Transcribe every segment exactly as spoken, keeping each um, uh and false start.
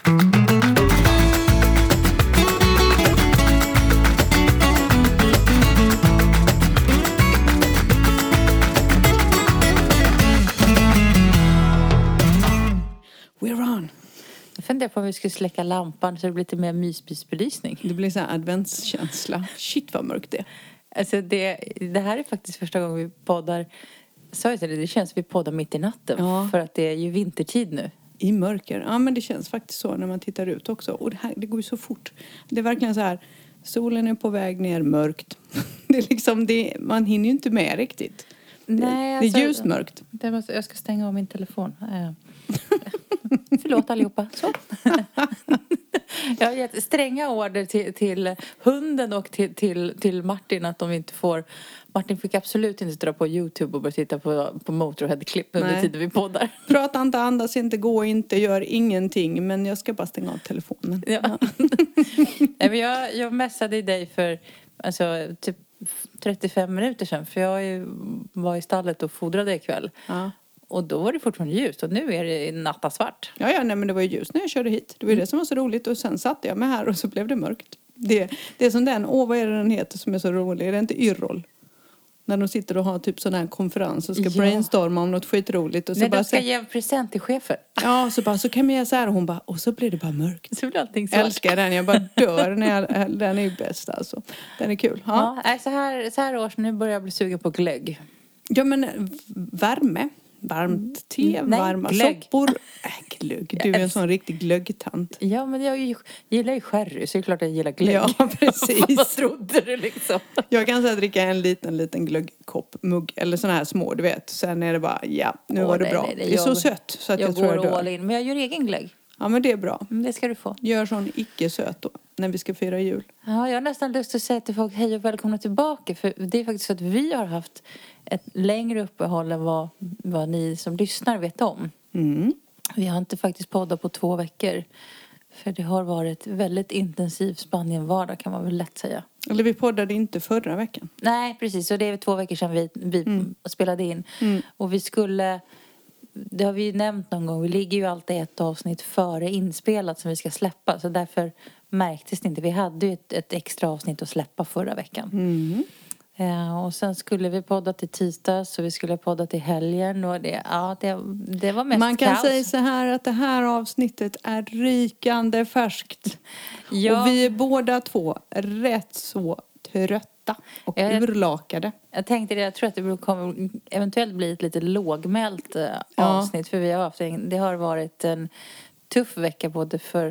We're on. Jag funderar på om vi skulle släcka lampan så det blir lite mer mysbelysning. Det blir så här adventskänsla. Shit vad mörkt det är. Alltså det, det här är faktiskt första gången vi poddar. Så jag det, det känns som vi poddar mitt i natten. Ja. För att det är ju vintertid nu. I mörker. Ja, men det känns faktiskt så när man tittar ut också. Och det, här, det går ju så fort. Det är verkligen så här. Solen är på väg ner, mörkt. Det är liksom det, man hinner ju inte med riktigt. Nej, det, alltså, det är ljust mörkt. Det måste, jag ska stänga av min telefon. Uh. Förlåt allihopa. Så. Jag har gett stränga order till, till hunden och till, till, till Martin att de inte får... Martin fick absolut inte dra på YouTube och börja titta på, på Motorhead-klipp under tiden vi poddar. Prata inte, andas inte, gå inte, gör ingenting. Men jag ska bara stänga av telefonen. Ja. Nej, men jag, jag messade dig för alltså, typ trettiofem minuter sedan. För jag ju, var i stallet och fodrade ikväll. Ja. Och då var det fortfarande ljust. Och nu är det nattasvart. Ja, ja, nej, men det var ju ljust när jag körde hit. Det var ju mm. det som var så roligt. Och sen satte jag mig här och så blev det mörkt. Det, det är som den, åh vad är det den heter som är så rolig? Är det inte Yrrol? När de sitter och har typ sån här konferens och ska ja. brainstorma om något skitroligt. Och så Nej, bara de ska så, ge present till chefer. Ja, så bara, så kan man göra så här. Och hon bara, och så blir det bara mörkt. Så blir allting svart. Älskar den, jag bara dör när jag, den är ju bäst alltså. Den är kul. Ja, ja så här, så här års, nu börjar jag bli sugen på glögg. Ja, men värme. Varmt te, Nej, varma glögg. soppor. Äh, glögg. Du är en sån riktig glöggtant. Ja, men jag gillar ju sherry, så det är klart att jag gillar glögg. Ja, precis. Vad trodde du liksom? Jag kan säga dricka en liten, liten glöggkopp, mugg. Eller sån här små, du vet. Sen är det bara, ja, nu Åh, var det nej, bra. Nej, nej, det är jag, så sött så att jag, jag tror jag går dör. all in. Men jag gör egen glögg. Ja, men det är bra. Det ska du få. Gör sån icke-söt då, när vi ska fira jul. Ja, jag har nästan lust att säga till folk hej och välkomna tillbaka. För det är faktiskt så att vi har haft ett längre uppehåll än vad, vad ni som lyssnar vet om. Mm. Vi har inte faktiskt poddat på två veckor. För det har varit väldigt intensiv Spanien-vardag kan man väl lätt säga. Eller vi poddade inte förra veckan. Nej, precis. Och det är två veckor sedan vi, vi mm. spelade in. Mm. Och vi skulle... Det har vi ju nämnt någon gång. Vi ligger ju alltid ett avsnitt före inspelat som vi ska släppa. Så därför märktes det inte. Vi hade ju ett, ett extra avsnitt att släppa förra veckan. Mm. Ja, och sen skulle vi podda till tisdag. Så vi skulle podda till helgen. Och det, ja, det, det var mest Man kan kaos. säga så här att det här avsnittet är rykande färskt. Ja. Och vi är båda två rätt så trötta och jag, urlakade. Jag tänkte det, jag tror att det kommer eventuellt bli ett lite lågmält ja. avsnitt. För vi har haft en, det har varit en tuff vecka både för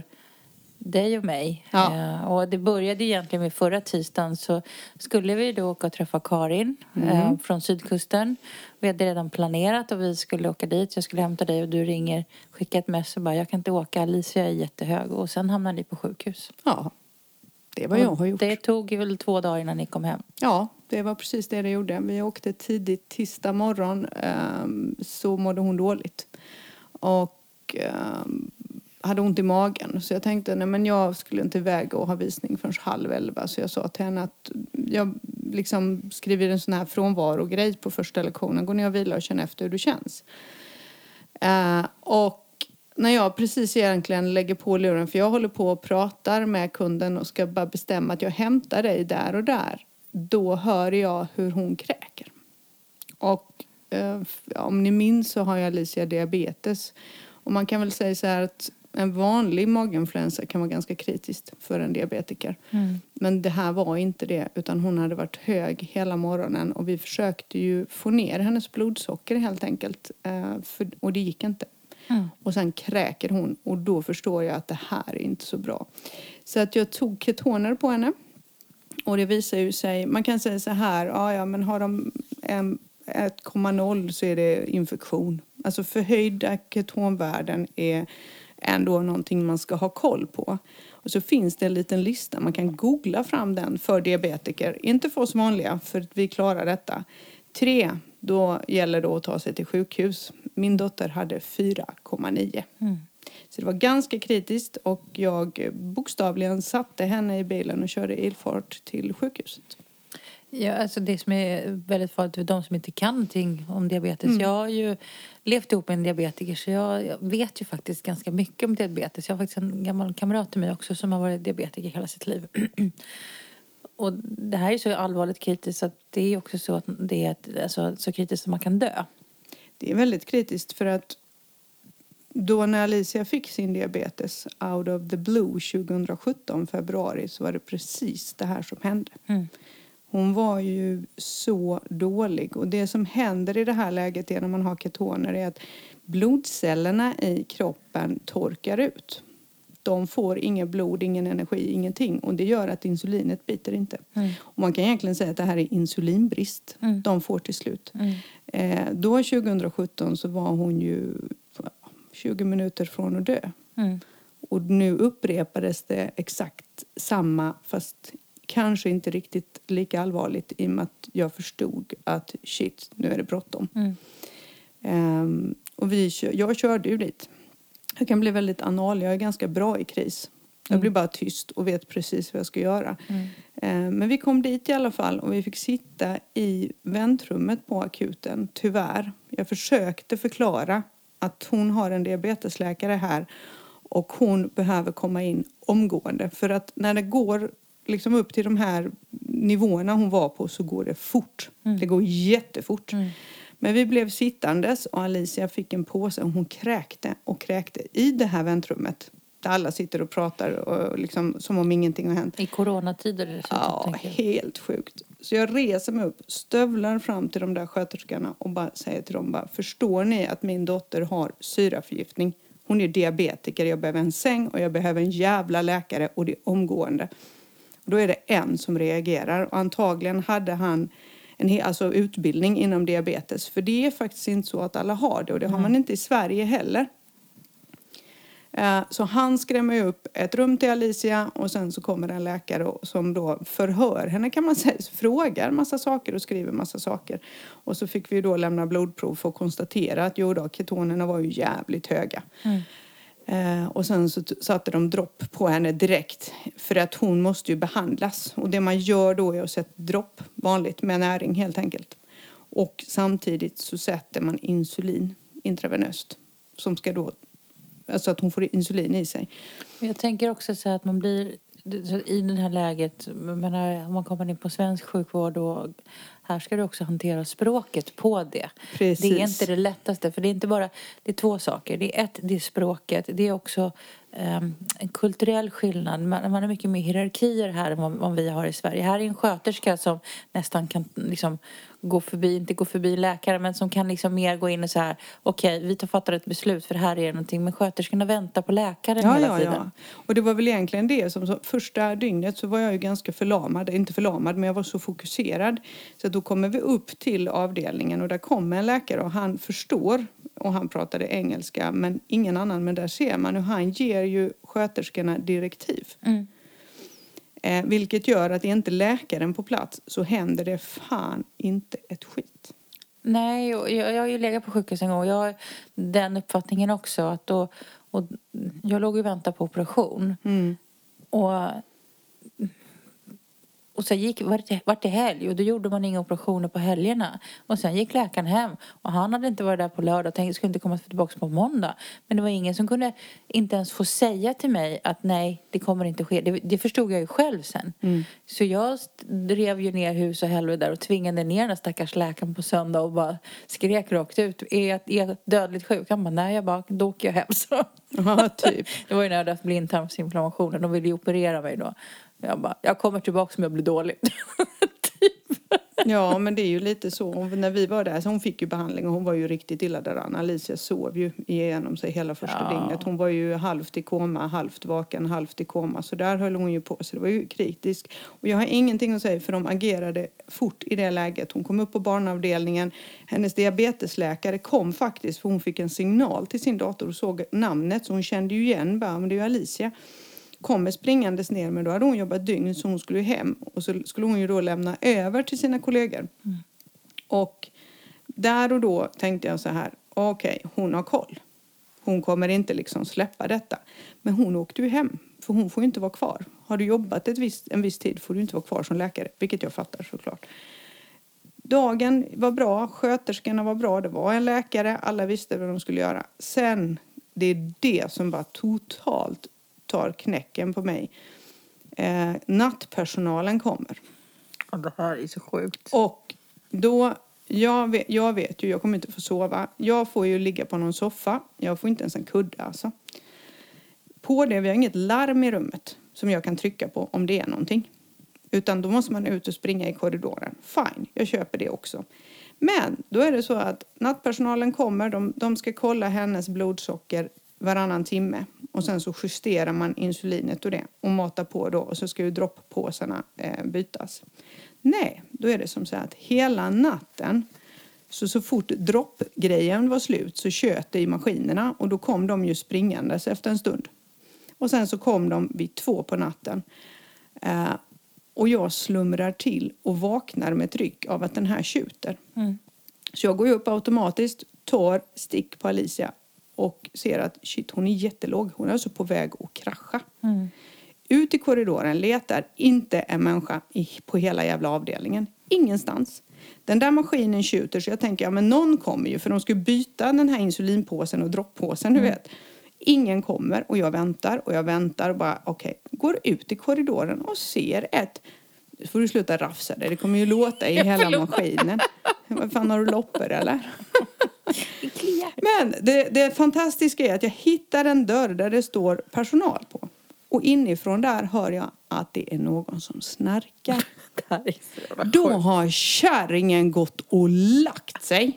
dig och mig. Ja. Eh, och det började egentligen med förra tisdagen så skulle vi då åka och träffa Karin mm. eh, från sydkusten. Vi hade redan planerat och vi skulle åka dit. Jag skulle hämta dig och du ringer, skickar ett mess och bara jag kan inte åka, Alicia är jättehög. Och sen hamnar ni på sjukhus. Ja, det var jag har gjort. Det tog ju väl två dagar innan ni kom hem. Ja, det var precis det det gjorde. Vi åkte tidigt tisdag morgon um, så mådde hon dåligt. Och um, hade ont i magen. Så jag tänkte, nej men jag skulle inte iväg och ha visning förrän halv elva. Så jag sa till henne att jag liksom skriver en sån här frånvarogrej på första lektionen. Gå ner och vila och känna efter hur det känns. Uh, och när jag precis egentligen lägger på luren. För jag håller på och pratar med kunden och ska bara bestämma att jag hämtar dig där och där. Då hör jag hur hon kräker. Och uh, om ni minns så har jag Alicia diabetes. Och man kan väl säga så här att en vanlig maginfluensa kan vara ganska kritiskt för en diabetiker. Mm. Men det här var inte det. Utan hon hade varit hög hela morgonen. Och vi försökte ju få ner hennes blodsocker helt enkelt. Uh, för, och det gick inte. Mm. Och sen kräker hon. Och då förstår jag att det här är inte så bra. Så att jag tog ketoner på henne. Och det visar ju sig. Man kan säga så här. Ja, ja men har de en ett komma noll så är det infektion. Alltså förhöjda ketonvärden är ändå någonting man ska ha koll på. Och så finns det en liten lista. Man kan googla fram den för diabetiker. Inte för oss vanliga för att vi klarar detta. Tre, då gäller det att ta sig till sjukhus. Min dotter hade fyra komma nio. Mm. Så det var ganska kritiskt och jag bokstavligen satte henne i bilen och körde ilfart till sjukhuset. Ja, alltså det som är väldigt farligt för de som inte kan någonting om diabetes. Mm. Jag har ju levt ihop med en diabetiker så jag, jag vet ju faktiskt ganska mycket om diabetes. Jag har faktiskt en gammal kamrat till mig också som har varit diabetiker hela sitt liv. Och det här är så allvarligt kritiskt att det är också så att det är ett, alltså, så kritiskt som man kan dö. Det är väldigt kritiskt för att då när Alicia fick sin diabetes out of the blue tjugohundrasjutton februari så var det precis det här som hände. Mm. Hon var ju så dålig och det som händer i det här läget är när man har ketoner är att blodcellerna i kroppen torkar ut. De får inget blod, ingen energi, ingenting och det gör att insulinet biter inte. Mm. Och man kan egentligen säga att det här är insulinbrist Mm. de får till slut. Mm. Eh, då tjugohundrasjutton så var hon ju tjugo minuter från att dö. Mm. Och nu upprepades det exakt samma fast kanske inte riktigt lika allvarligt i och med att jag förstod att shit, nu är det bråttom. Mm. Um, och vi, jag körde ju dit. Jag kan bli väldigt anal, jag är ganska bra i kris. Jag blir bara tyst och vet precis vad jag ska göra. Mm. Um, men vi kom dit i alla fall och vi fick sitta i väntrummet på akuten, tyvärr. Jag försökte förklara att hon har en diabetesläkare här och hon behöver komma in omgående. För att när det går liksom upp till de här nivåerna hon var på så går det fort. Mm. Det går jättefort. Mm. Men vi blev sittandes och Alicia fick en påse och hon kräkte och kräkte i det här väntrummet. Där alla sitter och pratar och liksom, som om ingenting har hänt. I coronatider dessutom, ja, helt sjukt. Så jag reser mig upp, stövlar fram till de där sköterskorna och bara säger till dem bara, förstår ni att min dotter har syraförgiftning? Hon är diabetiker, jag behöver en säng och jag behöver en jävla läkare och det är omgående. Då är det en som reagerar och antagligen hade han en alltså utbildning inom diabetes. För det är faktiskt inte så att alla har det och det har man inte i Sverige heller. Så han skrämmer upp ett rum till Alicia och sen så kommer en läkare som då förhör henne kan man säga. Frågar massa saker och skriver massa saker. Och så fick vi då lämna blodprov för att konstatera att jo då, ketonerna var ju jävligt höga. Mm. Eh, och sen så t- satte de dropp på henne direkt för att hon måste ju behandlas. Och det man gör då är att sätta dropp vanligt med näring helt enkelt. Och samtidigt så sätter man insulin intravenöst som ska då, alltså att hon får insulin i sig. Jag tänker också så att man blir i det här läget, menar, om man kommer in på svensk sjukvård och här ska du också hantera språket på det. Precis. Det är inte det lättaste, för det är inte bara, det är två saker. Det är ett, det är språket, det är också um, en kulturell skillnad. Man, man har mycket mer hierarkier här än vad, vad vi har i Sverige. Här är en sköterska som nästan kan liksom gå förbi, inte gå förbi läkare, men som kan liksom mer gå in och så här, okej, okay, vi tar fattar ett beslut för här är det någonting, men sköterskorna väntar på läkaren ja, hela ja, tiden. Ja. Och det var väl egentligen det som så, första dygnet så var jag ju ganska förlamad, inte förlamad, men jag var så fokuserad. Så då kommer vi upp till avdelningen och där kommer en läkare och han förstår och han pratade engelska, men ingen annan, men där ser man hur han ger ju sköterskorna direktiv. Mm. Eh, vilket gör att det inte är läkaren på plats så händer det fan inte ett skit. Nej, jag, jag har ju legat på sjukhus en gång och jag har den uppfattningen också att då, och jag låg och väntade på operation. Mm. Och Och sen gick, var det, var det helg och då gjorde man inga operationer på helgerna. Och sen gick läkaren hem och han hade inte varit där på lördag och tänkte skulle inte komma tillbaka på måndag. Men det var ingen som kunde inte ens få säga till mig att nej, det kommer inte ske. Det, det förstod jag ju själv sen. Mm. Så jag drev ju ner hus och helvete där och tvingade ner den stackars läkaren på söndag och bara skrek rakt ut. Är jag, är jag dödligt sjuk? Han bara, nej, jag bara, då åker jag hem så. Ja, typ. Det var ju när jag hade haft blindtarmsinflammation och de ville ju operera mig då. Jag bara, jag kommer tillbaka om jag blir dålig. typ. Ja, men det är ju lite så. När vi var där så hon fick ju behandling och hon var ju riktigt illa däran. Alicia sov ju igenom sig hela första ja. dygnet. Hon var ju halvt i koma, halvt vaken, halvt i koma. Så där höll hon ju på. Så det var ju kritiskt. Och jag har ingenting att säga för de agerade fort i det läget. Hon kom upp på barnavdelningen. Hennes diabetesläkare kom faktiskt för hon fick en signal till sin dator och såg namnet. Så hon kände ju igen, bara, men det är ju Alicia. Kommer springandes ner, men då hade hon jobbat dygn så hon skulle ju hem. Och så skulle hon ju då lämna över till sina kollegor. Mm. Och där och då tänkte jag så här, okej, okay, hon har koll. Hon kommer inte liksom släppa detta. Men hon åkte ju hem, för hon får ju inte vara kvar. Har du jobbat ett visst, en viss tid får du inte vara kvar som läkare. Vilket jag fattar såklart. Dagen var bra. Sköterskorna var bra. Det var en läkare. Alla visste vad de skulle göra. Sen, det är det som bara totalt tar knäcken på mig. Eh, nattpersonalen kommer. Ja, det här är så sjukt. Och då, jag vet, jag vet ju, jag kommer inte få sova. Jag får ju ligga på någon soffa. Jag får inte ens en kudde alltså. På det, vi har inget larm i rummet som jag kan trycka på om det är någonting. Utan då måste man ut och springa i korridoren. Fine, jag köper det också. Men då är det så att nattpersonalen kommer, de, de ska kolla hennes blodsocker varannan timme. Och sen så justerar man insulinet och det. Och matar på då. Och så ska ju dropppåsarna eh, bytas. Nej, då är det som så att hela natten. Så så fort droppgrejen var slut så tjöt det i maskinerna. Och då kom de ju springandes efter en stund. Och sen så kom de vid två på natten. Eh, och jag slumrar till och vaknar med tryck av att den här tjuter. Mm. Så jag går ju upp automatiskt, tar stick på Alicia. Och ser att shit, hon är jättelåg. Hon är alltså på väg att krascha. Mm. Ut i korridoren letar inte en människa i, på hela jävla avdelningen. Ingenstans. Den där maskinen tjuter så jag tänker, ja men någon kommer ju. För de ska byta den här insulinpåsen och droppåsen, du mm. vet. Ingen kommer och jag väntar och jag väntar och bara okej. Okay, går ut i korridoren och ser ett. Nu får du sluta rafsa det. Det kommer ju låta i hela förlåt. Maskinen. Vad fan, har du loppor eller? Men det, det fantastiska är att jag hittar en dörr där det står personal på. Och inifrån där hör jag att det är någon som snarkar. Då har kärringen gått och lagt sig.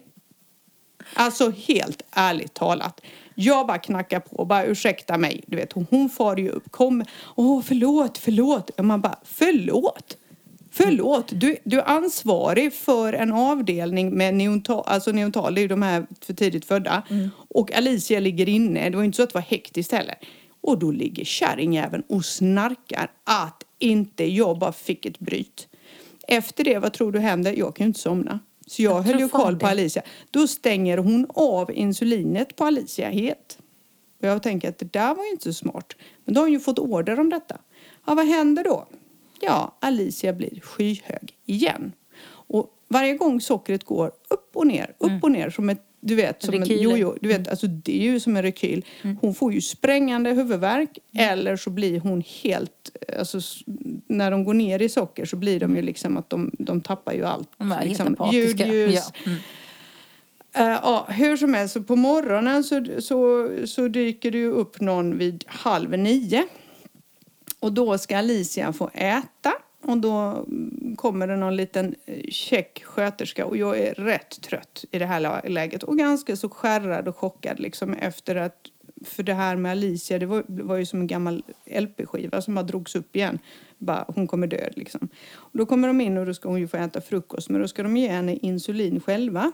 Alltså helt ärligt talat. Jag bara knackar på och bara ursäkta mig. Du vet, hon, hon far ju upp. Kom, åh förlåt, förlåt. Och man bara, förlåt. Förlåt, du, du är ansvarig för en avdelning med neontal, alltså neontal, det är ju de här för tidigt födda. Mm. Och Alicia ligger inne, det var inte så att det var hektiskt heller. Och då ligger kärringjäveln och snarkar att inte jag bara fick ett bryt. Efter det, vad tror du händer? Jag kan ju inte somna. Så jag, jag höll ju koll på Alicia. Då stänger hon av insulinet på Alicia helt. Och jag tänker att det där var ju inte så smart. Men då har hon ju fått order om detta. Ja, vad händer då? Ja, Alicia blir skyhög igen. Och varje gång sockret går upp och ner, upp mm. och ner som ett, du vet, som en jojo, du vet, mm. alltså det är ju som en rekyl. Mm. Hon får ju sprängande huvudvärk mm. eller så blir hon helt, alltså när de går ner i socker så blir de ju liksom att de, de tappar ju allt. De är liksom, ljud, ljus. Ja. Mm. Uh, ja, hur som helst, så på morgonen så, så, så dyker det ju upp någon vid halv nio. Och då ska Alicia få äta. Och då kommer det någon liten check sköterska. Och jag är rätt trött i det här läget. Och ganska så skärrad och chockad liksom efter att. För det här med Alicia, det var, var ju som en gammal L P-skiva som bara drogs upp igen. Bara, hon kommer död liksom. Och då kommer de in och då ska hon ju få äta frukost. Men då ska de ge henne insulin själva.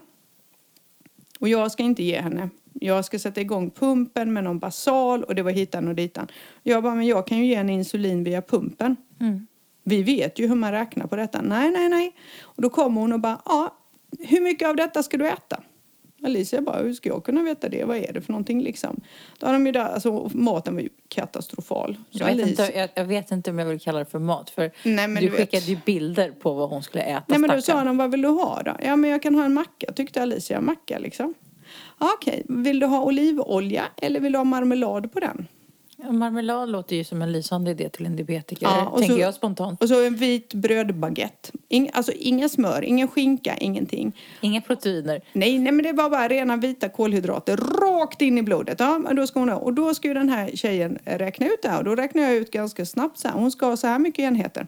Och jag ska inte ge henne. Jag ska sätta igång pumpen med någon basal. Och det var hitan och ditan. Jag bara, men jag kan ju ge henne insulin via pumpen. Mm. Vi vet ju hur man räknar på detta. Nej, nej, nej. Och då kommer hon och bara, ja, hur mycket av detta ska du äta? Alicia bara, hur ska jag kunna veta det? Vad är det för någonting liksom? Då har de ju där, alltså maten var ju katastrofal. Så jag, vet Alicia, inte, jag, jag vet inte om jag vill kalla det för mat. För nej, men du, du skickade ju bilder på vad hon skulle äta. Nej, men då sa de, vad vill du ha då? Ja, men jag kan ha en macka, tyckte Alicia. Macka liksom. Okej, okay. Vill du ha olivolja eller vill du ha marmelad på den? Ja, marmelad låter ju som en lysande idé till en diabetiker, ja, tänker så, jag spontant. Och så en vit brödbaguette. Ing, alltså inga smör, ingen skinka, ingenting. Inga proteiner. Nej, nej, men det var bara rena vita kolhydrater rakt in i blodet. Ja, men då ska hon ha. Och då ska ju den här tjejen räkna ut det här. Och då räknar jag ut ganska snabbt så här. Hon ska ha så här mycket enheter.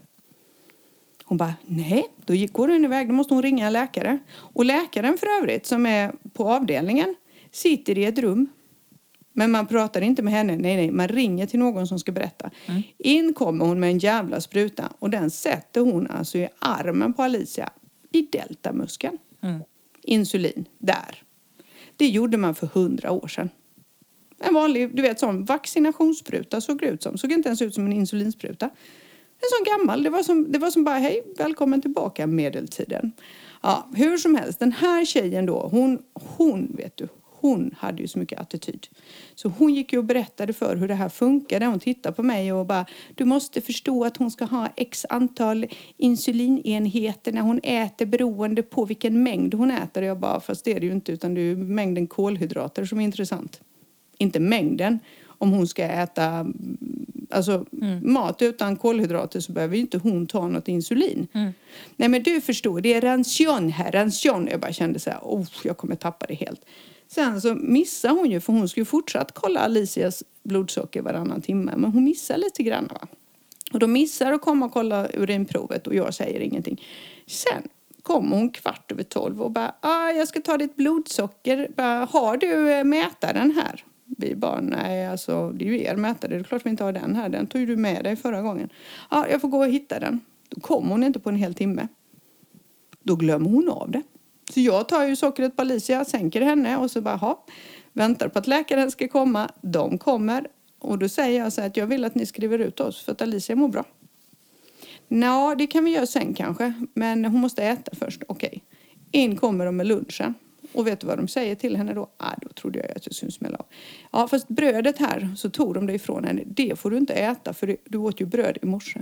Hon bara, nej, då går hon iväg. Då måste hon ringa en läkare. Och läkaren för övrigt som är på avdelningen sitter i ett rum. Men man pratar inte med henne. Nej, nej. Man ringer till någon som ska berätta. Mm. In kommer hon med en jävla spruta. Och den sätter hon alltså i armen på Alicia. I deltamuskeln. Mm. Insulin. Där. Det gjorde man för hundra år sedan. En vanlig, du vet, sån vaccinationsspruta såg ut som. Såg inte ens ut som en insulinspruta. En sån gammal. Det var som, det var som bara, hej, välkommen tillbaka medeltiden. Ja, hur som helst. Den här tjejen då. Hon, hon vet du. hon hade ju så mycket attityd. Så hon gick ju och berättade för hur det här funkade. Hon tittade på mig och bara, du måste förstå att hon ska ha x antal insulinenheter när hon äter beroende på vilken mängd hon äter. Och jag bara, fast det är det ju inte, utan det är ju mängden kolhydrater som är intressant. Inte mängden. Om hon ska äta alltså, mm. mat utan kolhydrater så behöver ju inte hon ta något insulin. Mm. Nej men du förstår, det är ration här, ration. Jag bara kände så här, oh, jag kommer tappa det helt. Sen så missar hon ju, för hon skulle fortsatt kolla Alicias blodsocker varannan timme. Men hon missar lite grann va. Och då missar att komma och kolla urinprovet och jag säger ingenting. Sen kommer hon kvart över tolv och bara, ah, jag ska ta ditt blodsocker. Bara, har du mätaren här? Vi bara, nej alltså det är ju er mätare. Det är klart vi inte har den här. Den tog ju du med dig förra gången. Ja, jag får gå och hitta den. Då kommer hon inte på en hel timme. Då glömmer hon av det. Så jag tar ju sockret på Alicia, sänker henne och så bara, ha, väntar på att läkaren ska komma. De kommer och då säger jag så här att jag vill att ni skriver ut oss för att Alicia mår bra. Ja, det kan vi göra sen kanske. Men hon måste äta först. Okej. Okay. In kommer de med lunchen. Och vet du vad de säger till henne då? Ah, då trodde jag att jag skulle smälla av. Ja, fast brödet här så tog de det ifrån henne. Det får du inte äta för du åt ju bröd i morse.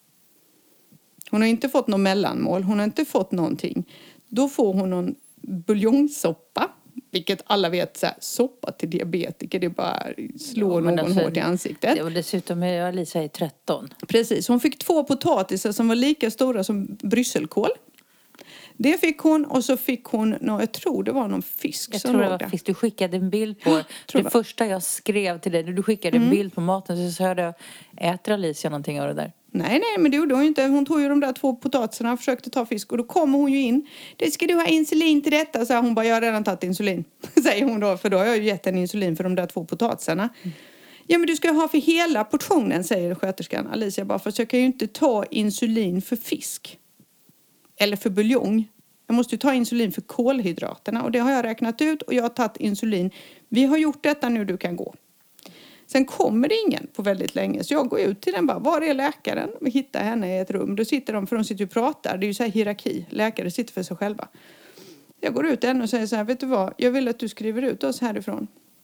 Hon har inte fått någon mellanmål. Hon har inte fått någonting. Då får hon någon buljongsoppa. Vilket alla vet, så här, soppa till diabetiker, det bara slår ja, någon alltså, hårt i ansiktet. Ja, och dessutom är Alicia tretton. Precis, hon fick två potatisar som var lika stora som brysselkål. Det fick hon och så fick hon, no, jag tror det var någon fisk jag som tror låg det var där. Fisk. Du skickade en bild på, det, det första jag skrev till dig, du skickade mm. en bild på maten så sa jag, äter Alicia någonting av det där? Nej, nej, men det gjorde hon ju inte. Hon tog ju de där två potatisarna och försökte ta fisk. Och då kommer hon ju in. Det ska du ha insulin till detta. Så hon bara, jag har redan tagit insulin. Säger hon då, för då har jag ju gett en insulin för de där två potatisarna. Mm. Ja, men du ska ha för hela portionen, säger sköterskan. Alicia bara, för jag kan ju inte ta insulin för fisk. Eller för buljong. Jag måste ju ta insulin för kolhydraterna. Och det har jag räknat ut och jag har tagit insulin. Vi har gjort detta nu, du kan gå. Sen kommer det ingen på väldigt länge. Så jag går ut till den bara, var är läkaren? Vi hittar henne i ett rum. Då sitter de, för de sitter och pratar. Det är ju så här hierarki. Läkare sitter för sig själva. Jag går ut till henne och säger så här, vet du vad? Jag vill att du skriver ut oss härifrån.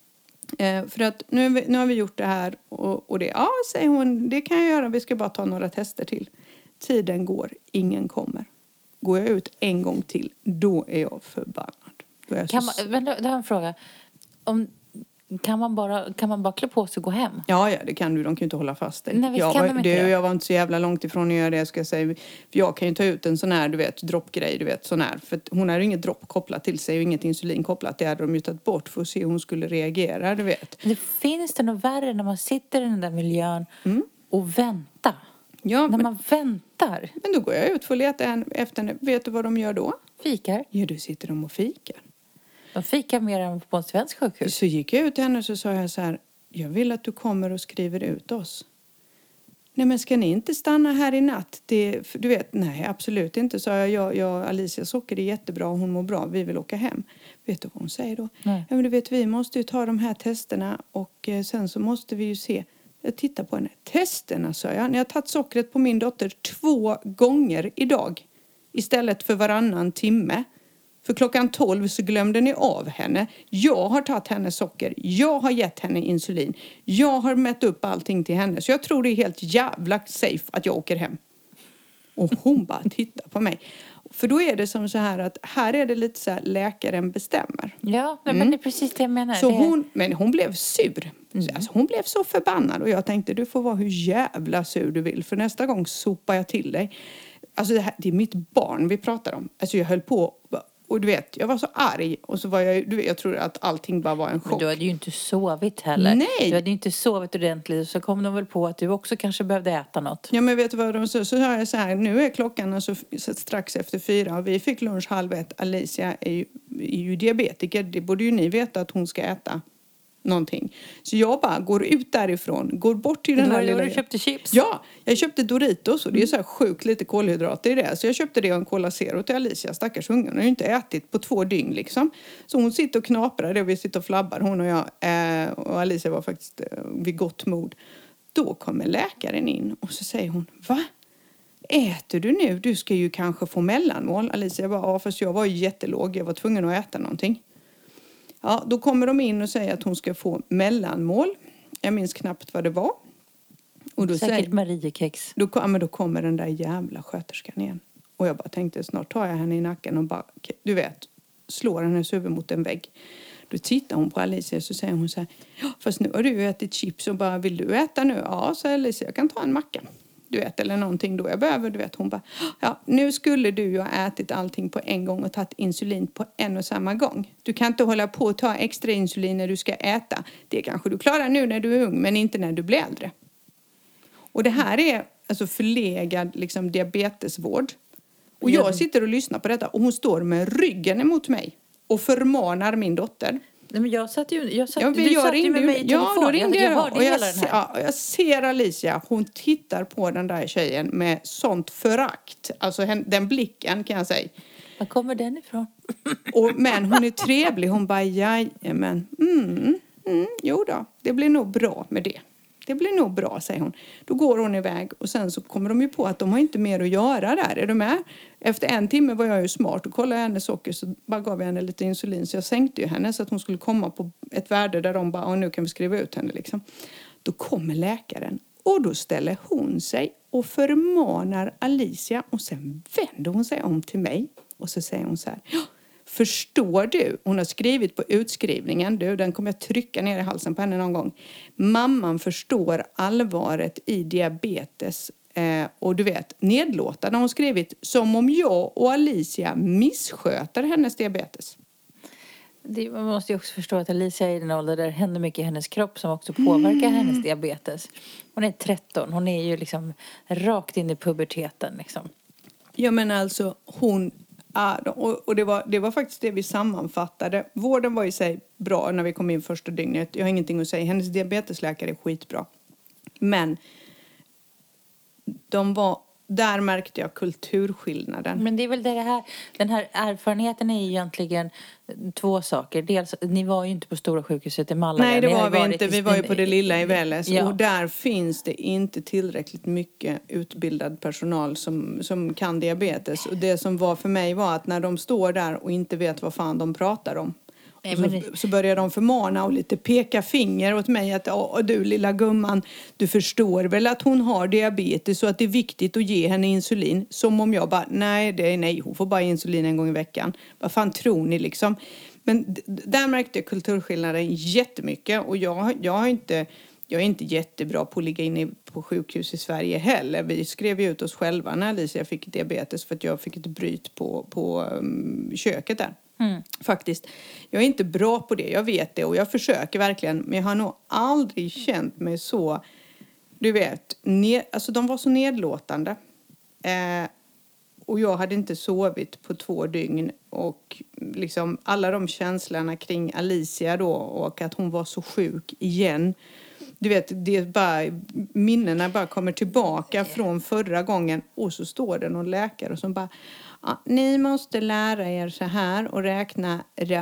Eh, för att nu, nu har vi gjort det här och, och det. Ja, säger hon, det kan jag göra. Vi ska bara ta några tester till. Tiden går, ingen kommer. Går jag ut en gång till, då är jag förbannad. Då är jag kan så... man, men det har en fråga. Om... Kan man, bara, kan man bara klä på sig och gå hem? Ja, ja, det kan du. De kan ju inte hålla fast dig. Nej, jag, kan var, de inte det, det? jag var inte så jävla långt ifrån att göra det, ska jag säga. För jag kan ju ta ut en sån här, du vet, droppgrej, du vet, sån här. För hon har ju inget dropp kopplat till sig och inget insulin kopplat. Det hade de ju tagit bort för att se hur hon skulle reagera, du vet. Det finns det något värre när man sitter i den där miljön mm. och väntar. Ja, när men, man väntar. Men då går jag ut för att leta efter henne. Vet du vad de gör då? Fikar. Ja, då sitter de och fikar. De fikar mer än på en svensk sjukhus. Så gick jag ut till henne och så sa jag så här, jag vill att du kommer och skriver ut oss. Nej, men ska ni inte stanna här i natt? Det, du vet, nej, absolut inte. Så jag, jag, jag Alicia socker är jättebra och hon mår bra. Vi vill åka hem. Vet du vad hon säger då? Nej. Ja, men du vet, vi måste ju ta de här testerna och eh, sen så måste vi ju se. Jag tittar på henne. Testerna, sa jag. Ni har tagit sockret på min dotter två gånger idag. Istället för varannan timme. För klockan tolv så glömde ni av henne. Jag har tagit henne socker. Jag har gett henne insulin. Jag har mätt upp allting till henne. Så jag tror det är helt jävla safe att jag åker hem. Och hon bara tittar på mig. För då är det som så här att här är det lite så här läkaren bestämmer. Ja, men mm. det är precis det jag menar. Så det... hon, men hon blev sur. Mm. Alltså hon blev så förbannad. Och jag tänkte, du får vara hur jävla sur du vill. För nästa gång sopar jag till dig. Alltså det, här, det är mitt barn vi pratar om. Alltså jag höll på... Och du vet, jag var så arg. Och så var jag, du vet, jag tror att allting bara var en chock. Men du hade ju inte sovit heller. Nej. Du hade ju inte sovit ordentligt. Så kom de väl på att du också kanske behövde äta något. Ja, men vet du vad de sa? Så sa jag så här, nu är klockan alltså strax efter fyra. Och vi fick lunch halv ett. Alicia är ju, är ju diabetiker. Det borde ju ni veta att hon ska äta någonting. Så jag bara går ut därifrån. Går bort till den här lilla... Du köpte chips? Ja, jag köpte Doritos och det är så här sjukt lite kolhydrater i det. Så jag köpte det och en Cola Zero till Alicia. Stackars ungen. Hon har ju inte ätit på två dygn liksom. Så hon sitter och knaprar det och vi sitter och flabbar. Hon och jag. Eh, och Alicia var faktiskt eh, vid gott mod. Då kommer läkaren in och så säger hon, va? Äter du nu? Du ska ju kanske få mellanmål. Alicia bara, ja fast jag var ju jättelåg. Jag var tvungen att äta någonting. Ja, då kommer de in och säger att hon ska få mellanmål. Jag minns knappt vad det var. Och då Säkert säger, Mariekex. Då, ja, men då kommer den där jävla sköterskan igen. Och jag bara tänkte, snart tar jag henne i nacken och bara, du vet, slår hennes huvud mot en vägg. Då tittar hon på Alicia och så säger hon så här, ja, fast nu har du ätit chips och bara, vill du äta nu? Ja, så Alicia, jag kan ta en macka. Du vet, eller någonting då jag behöver, du vet. Hon bara, ja, nu skulle du ju ha ätit allting på en gång och tagit insulin på en och samma gång. Du kan inte hålla på och ta extra insulin när du ska äta. Det kanske du klarar nu när du är ung, men inte när du blir äldre. Och det här är alltså förlegad liksom, diabetesvård. Och jag sitter och lyssnar på detta och hon står med ryggen emot mig och förmanar min dotter. Nej, men jag satt ju, jag satt, Ja, du jag satt ju med mig i telefon. Ja, då ringde jag. jag, jag då. hörde Och jag, hela den här. ja, jag ser Alicia, hon tittar på den där tjejen med sånt förakt. Alltså hen, den blicken kan jag säga. Var kommer den ifrån? Och, men hon är trevlig, hon bara, jajamän, mm, mm, jo då, det blir nog bra med det. Det blir nog bra, säger hon. Då går hon iväg och sen så kommer de ju på att de har inte mer att göra där. Är du med? Efter en timme var jag ju smart och kollade hennes socker så bara gav jag henne lite insulin. Så jag sänkte ju henne så att hon skulle komma på ett värde där de bara, nu kan vi skriva ut henne liksom. Då kommer läkaren och då ställer hon sig och förmanar Alicia och sen vänder hon sig om till mig och så säger hon så här, ja, förstår du? Hon har skrivit på utskrivningen. Du, den kommer jag trycka ner i halsen på henne någon gång. Mamman förstår allvaret i diabetes. Eh, och du vet, nedlåtande har hon skrivit som om jag och Alicia missköter hennes diabetes. Det, man måste ju också förstå att Alicia är i den ålder där det händer mycket i hennes kropp som också påverkar mm. hennes diabetes. Hon är tretton. Hon är ju liksom rakt in i puberteten liksom. Ja, men alltså hon... Ja, och det var, det var faktiskt det vi sammanfattade. Vården var i sig bra när vi kom in första dygnet. Jag har ingenting att säga. Hennes diabetesläkare är skitbra. Men de var, där märkte jag kulturskillnaden. Men det är väl det här, den här erfarenheten är ju egentligen två saker. Dels, ni var ju inte på stora sjukhuset i Malaga. Nej, det var vi varit, inte. Vi var ju på det lilla i Väles. Ja. Och där finns det inte tillräckligt mycket utbildad personal som, som kan diabetes. Och det som var för mig var att när de står där och inte vet vad fan de pratar om. Nej, men... så, så börjar de förmana och lite peka finger åt mig att åh, du lilla gumman, du förstår väl att hon har diabetes så att det är viktigt att ge henne insulin. Som om jag bara, nej det är nej, hon får bara insulin en gång i veckan. Vad fan tror ni liksom? Men d- där märkte jag kulturskillnaden jättemycket och jag, jag har inte... Jag är inte jättebra på att ligga inne på sjukhus i Sverige heller. Vi skrev ut oss själva när Alicia fick diabetes för att jag fick ett bryt på, på um, köket där. Mm. Faktiskt. Jag är inte bra på det, jag vet det och jag försöker verkligen. Men jag har nog aldrig känt mig så, du vet, ned, alltså de var så nedlåtande. Eh, och jag hade inte sovit på två dygn och liksom alla de känslorna kring Alicia då och att hon var så sjuk igen. Du vet, det är bara, minnena bara kommer tillbaka från förra gången. Och så står det någon läkare som bara, ja, ni måste lära er så här och räkna,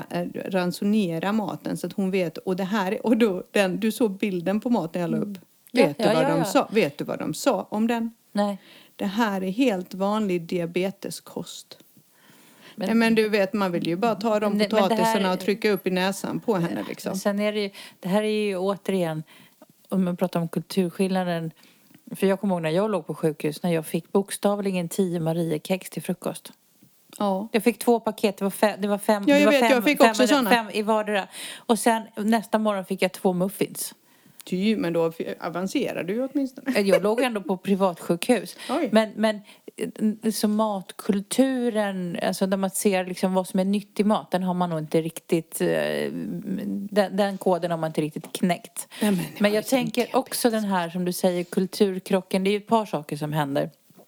ransonera maten så att hon vet. Och det här, och då, den, du såg bilden på maten jag la upp. Ja, vet, ja, du vad ja, de ja. sa? Vet du vad de sa om den? Nej. Det här är helt vanlig diabeteskost. Men, Nej, men du vet, man vill ju bara ta de men, potatisarna men här, och trycka upp i näsan på henne liksom. Sen är det ju, det här är ju återigen, om man pratar om kulturskillnaden. För jag kommer ihåg när jag låg på sjukhus, när jag fick bokstavligen tio Mariekex till frukost. Ja. Jag fick två paket, det var fem, det var fem, ja, jag det var vet, fem, jag fick fem, också fem, såna. fem i vardera. Och sen nästa morgon fick jag två muffins. Ty, men då avancerade du åtminstone. Jag låg ändå på privatsjukhus. Oj. Men, men så matkulturen, alltså där man ser liksom vad som är nyttig mat, den har man nog inte riktigt, den, den koden har man inte riktigt knäckt. Ja, men men jag tänker också den här, som du säger, kulturkrocken, det är ju ett par saker som händer.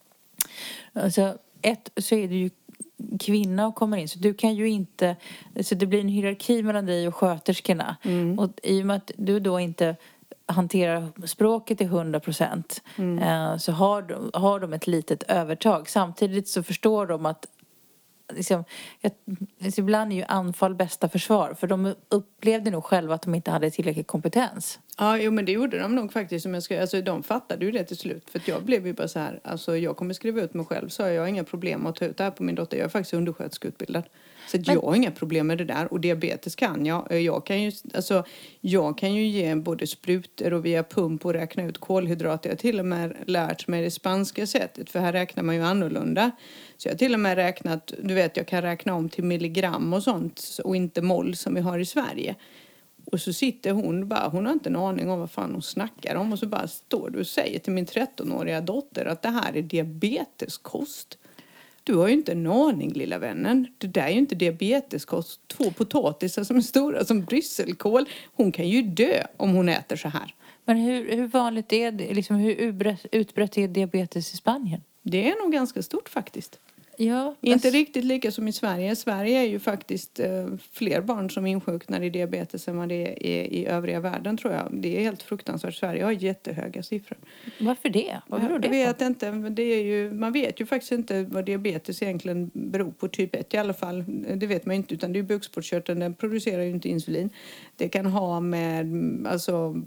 Alltså, ett så är det ju kvinna och kommer in, så du kan ju inte, så det blir en hierarki mellan dig och sköterskorna. Mm. Och i och med att du då inte hanterar språket till hundra procent mm. eh, så har de, har de ett litet övertag. Samtidigt så förstår de att liksom, jag, ibland är ju anfall bästa försvar. För de upplevde nog själva att de inte hade tillräcklig kompetens. Ja, jo, men det gjorde de nog faktiskt. Som jag ska, alltså, de fattade ju det till slut. För att jag blev ju bara så här, alltså jag kommer skriva ut mig själv. Så jag har inga problem att ta ut det här på min dotter. Jag är faktiskt undersköterskeutbildad. Så att Men- jag har inga problem med det där. Och diabetes kan jag. Jag kan ju, alltså, jag kan ju ge både sprutor och via pump och räkna ut kolhydrater. Jag har till och med lärt mig det spanska sättet. För här räknar man ju annorlunda. Så jag har till och med räknat, du vet jag kan räkna om till milligram och sånt. Och inte moll som vi har i Sverige. Och så sitter hon bara, hon har inte en aning om vad fan hon snackar om. Och så bara står du och säger till min trettonåriga dotter att det här är diabeteskost. Du har ju inte en aning, lilla vännen. Det där är ju inte diabeteskost. Två potatisar som är stora som brysselkål. Hon kan ju dö om hon äter så här. Men hur, hur vanligt är det, liksom, hur utbrett, utbrett är diabetes i Spanien? Det är nog ganska stort faktiskt. Ja, Inte riktigt lika som i Sverige. Sverige är ju faktiskt eh, fler barn som insjuknar i diabetes än vad det är i, i övriga världen tror jag. Det är helt fruktansvärt. Sverige har jättehöga siffror. Varför det? Vad beror det jag vet på? inte. Men det är ju, man vet ju faktiskt inte vad diabetes egentligen beror på. Typ ett i alla fall. Det vet man inte. Utan det är bukspottkörteln. Den producerar ju inte insulin. Det kan ha med, alltså...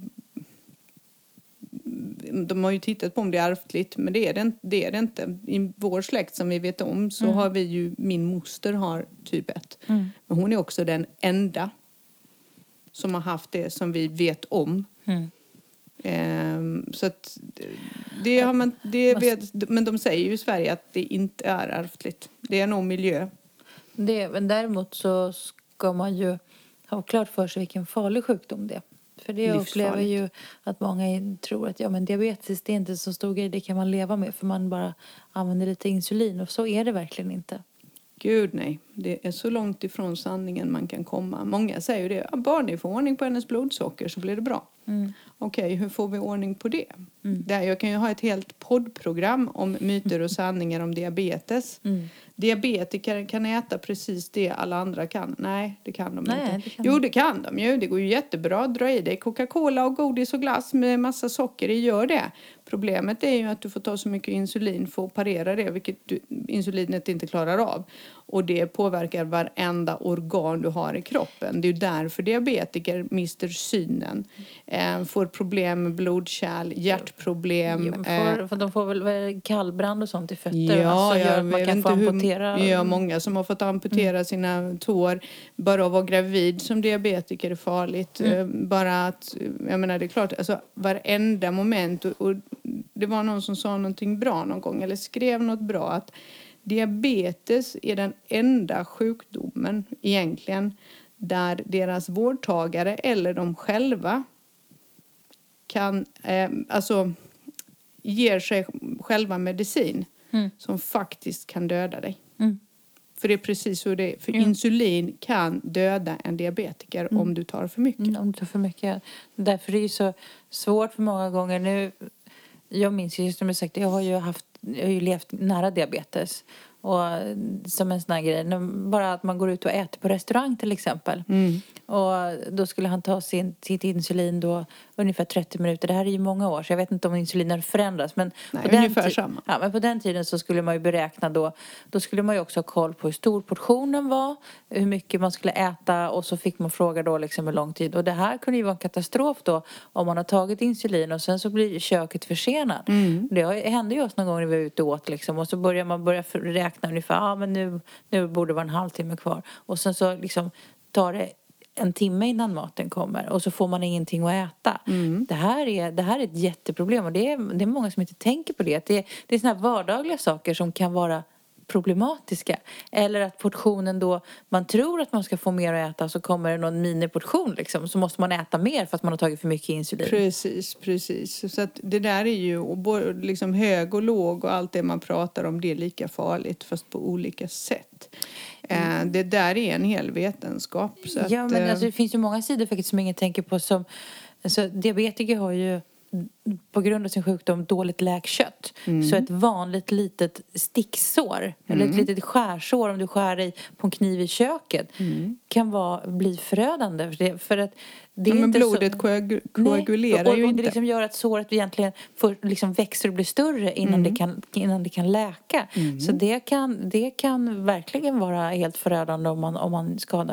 De har ju tittat på om det är ärftligt, men det är det, det, är det inte. I vår släkt som vi vet om så mm. har vi ju, min moster har typ ett. Mm. Men hon är också den enda som har haft det som vi vet om. Mm. Ehm, så att det har man, det vet, men de säger ju i Sverige att det inte är ärftligt. Det är nog miljö. Det, men däremot så ska man ju ha klart för sig vilken farlig sjukdom det är. För det jag upplever ju att många tror att ja, men diabetes det är inte så stor grej, det kan man leva med för man bara använder lite insulin och så är det verkligen inte. Gud nej, det är så långt ifrån sanningen man kan komma. Många säger ju det, ja, bara ni får ordning på hennes blodsocker så blir det bra. Mm. Okej, okay, hur får vi ordning på det? Mm. Där jag kan ju ha ett helt poddprogram om myter och sanningar om diabetes. Mm. Diabetiker kan äta precis det alla andra kan. Nej, det kan de Nej, inte. Det kan jo, de. det kan de ju. Det går ju jättebra att dra i dig Coca-Cola och godis och glass med massa socker. Det gör det. Problemet är ju att du får ta så mycket insulin för att parera det, vilket du, insulinet inte klarar av. Och det påverkar varenda organ du har i kroppen. Det är ju därför diabetiker mister synen. Eh, får problem med blodkärl, hjärtproblem. Jo, får, för de får väl kallbrand och sånt i fötter. Ja, alltså, jag gör man kan få amputera. Hur, ja, många som har fått amputera mm. sina tår. Bara att vara gravid som diabetiker är farligt. Mm. Bara att, jag menar det är klart, alltså varenda moment. Och, och det var någon som sa någonting bra någon gång. Eller skrev något bra att diabetes är den enda sjukdomen egentligen där deras vårdtagare eller de själva kan, eh, alltså ger sig själva medicin mm. som faktiskt kan döda dig. Mm. För det är precis så det är. För mm. insulin kan döda en diabetiker mm. om du tar för mycket. Mm, om du tar för mycket. Därför är det ju så svårt för många gånger nu. Jag minns ju som jag sagt, jag har ju haft, jag har ju levt nära diabetes. Och som en sån här grej, bara att man går ut och äter på restaurang till exempel. Mm. Och då skulle han ta sin, sitt insulin då ungefär trettio minuter. Det här är ju många år så jag vet inte om insulin har förändrats. Men, Nej, på, den ungefär samma. Ja, men på den tiden så skulle man ju beräkna då. Då skulle man ju också ha koll på hur stor portionen var. Hur mycket man skulle äta. Och så fick man fråga då liksom hur lång tid. Och det här kunde ju vara en katastrof då. Om man har tagit insulin och sen så blir köket försenat. Mm. Det hände ju oss någon gång när vi var ute och åt liksom. Och så börjar man börja räkna ungefär. Ja men nu, nu borde det vara en halvtimme kvar. Och sen så liksom tar det en timme innan maten kommer. Och så får man ingenting att äta. Mm. Det, här är, det här är ett jätteproblem. Och det är, det är många som inte tänker på det. Det är, det är såna här vardagliga saker som kan vara problematiska. Eller att portionen då, man tror att man ska få mer att äta så kommer det någon miniportion liksom. Så måste man äta mer för att man har tagit för mycket insulin. Precis, precis. Så att det där är ju, och både, liksom hög och låg och allt det man pratar om, det är lika farligt fast på olika sätt. Mm. Det där är en hel vetenskap. Så ja, att, men alltså, det finns ju många sidor faktiskt som ingen tänker på som, alltså diabetiker har ju på grund av sin sjukdom dåligt läkkött. Mm. Så ett vanligt litet sticksår mm. eller ett litet skärsår om du skär i på en kniv i köket mm. kan vara, bli förödande. För, det, för att det är men inte blodet så, koagu- koagulerar nej, och, ju och inte. Det liksom gör att såret egentligen för, liksom växer och blir större innan, mm. det, kan, innan det kan läka. Mm. Så det kan, det kan verkligen vara helt förödande om man, om man skadar sig.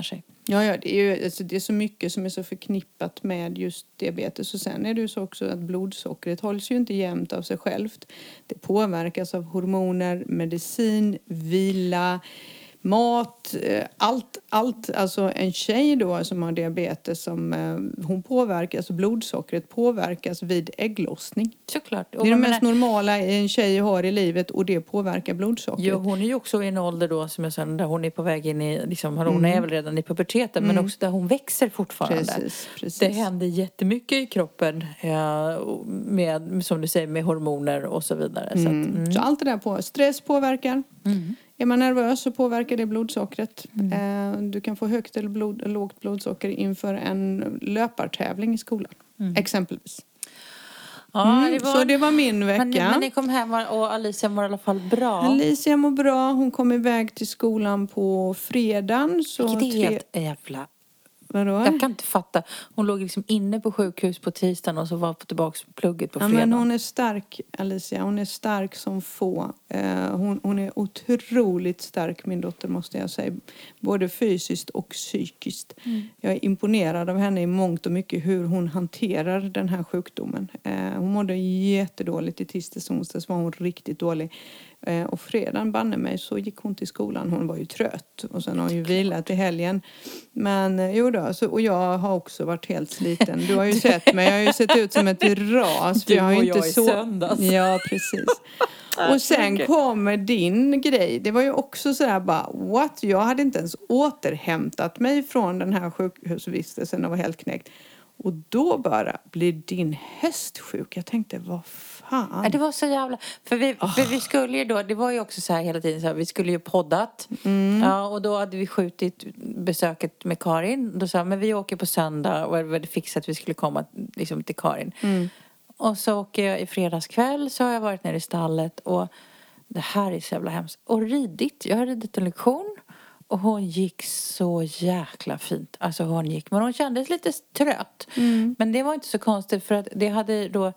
Ja, ja, det är ju alltså, det är så mycket som är så förknippat med just diabetes. Och sen är det ju så också att blodsockret hålls ju inte jämnt av sig självt. Det påverkas av hormoner, medicin, vila, mat, eh, allt, allt. Alltså en tjej då som har diabetes, som, eh, hon påverkas, blodsockret påverkas vid ägglossning. Såklart. Det är det mest normala en tjej har i livet och det påverkar blodsockret. Jo, hon är ju också i en ålder då som jag sa, där hon är på väg in i, liksom, hon mm. är väl redan i puberteten, mm. men också där hon växer fortfarande. Precis, precis. Det händer jättemycket i kroppen ja, med, som du säger, med hormoner och så vidare. Mm. Så, att, mm. så allt det där på, stress påverkar. Mm. Är man nervös så påverkar det blodsockret. Mm. Eh, du kan få högt eller blod, lågt blodsocker inför en löpartävling i skolan. Mm. Exempelvis. Ja, mm, det var... Så det var min vecka. Men, men ni kom hem och Alicia mår i alla fall bra. Alicia mår bra. Hon kom iväg till skolan på fredagen. Så det är tre... helt jävla... Vadå? Jag kan inte fatta. Hon låg liksom inne på sjukhus på tisdagen och så var på tillbaka på plugget på ja, fredagen. Men hon är stark, Alicia. Hon är stark som få. Uh, hon, hon är otroligt stark, min dotter, måste jag säga. Både fysiskt och psykiskt. Mm. Jag är imponerad av henne i mångt och mycket hur hon hanterar den här sjukdomen. Uh, hon mådde jättedåligt i tisdags och onsdags var hon riktigt dålig. Uh, och fredagen, banne mig, så gick hon till skolan. Hon var ju trött. Och sen har hon ju vilat i helgen. Men uh, jo då, så, och jag har också varit helt sliten. Du har ju sett mig. Jag har ju sett ut som ett ras. För Du jag har och inte jag i så... söndags. Ja, precis. Och sen kommer din grej. Det var ju också sådär bara, what? Jag hade inte ens återhämtat mig från den här sjukhusvistelsen och var helt knäckt. Och då bara blir din häst sjuk. Jag tänkte, vad fan? Ja, det var så jävla... För vi, oh. för vi skulle ju då... Det var ju också så här hela tiden så här, vi skulle ju poddat. Mm. Ja, och då hade vi skjutit besöket med Karin. Då sa jag, men vi åker på söndag. Och det var fixat att vi skulle komma liksom, till Karin. Mm. Och så åker jag i fredagskväll, så har jag varit nere i stallet och det här är så jävla hemskt. Och ridit, jag har ridit en lektion och hon gick så jäkla fint. Alltså hon gick, men hon kändes lite trött. Mm. Men det var inte så konstigt för att det hade då,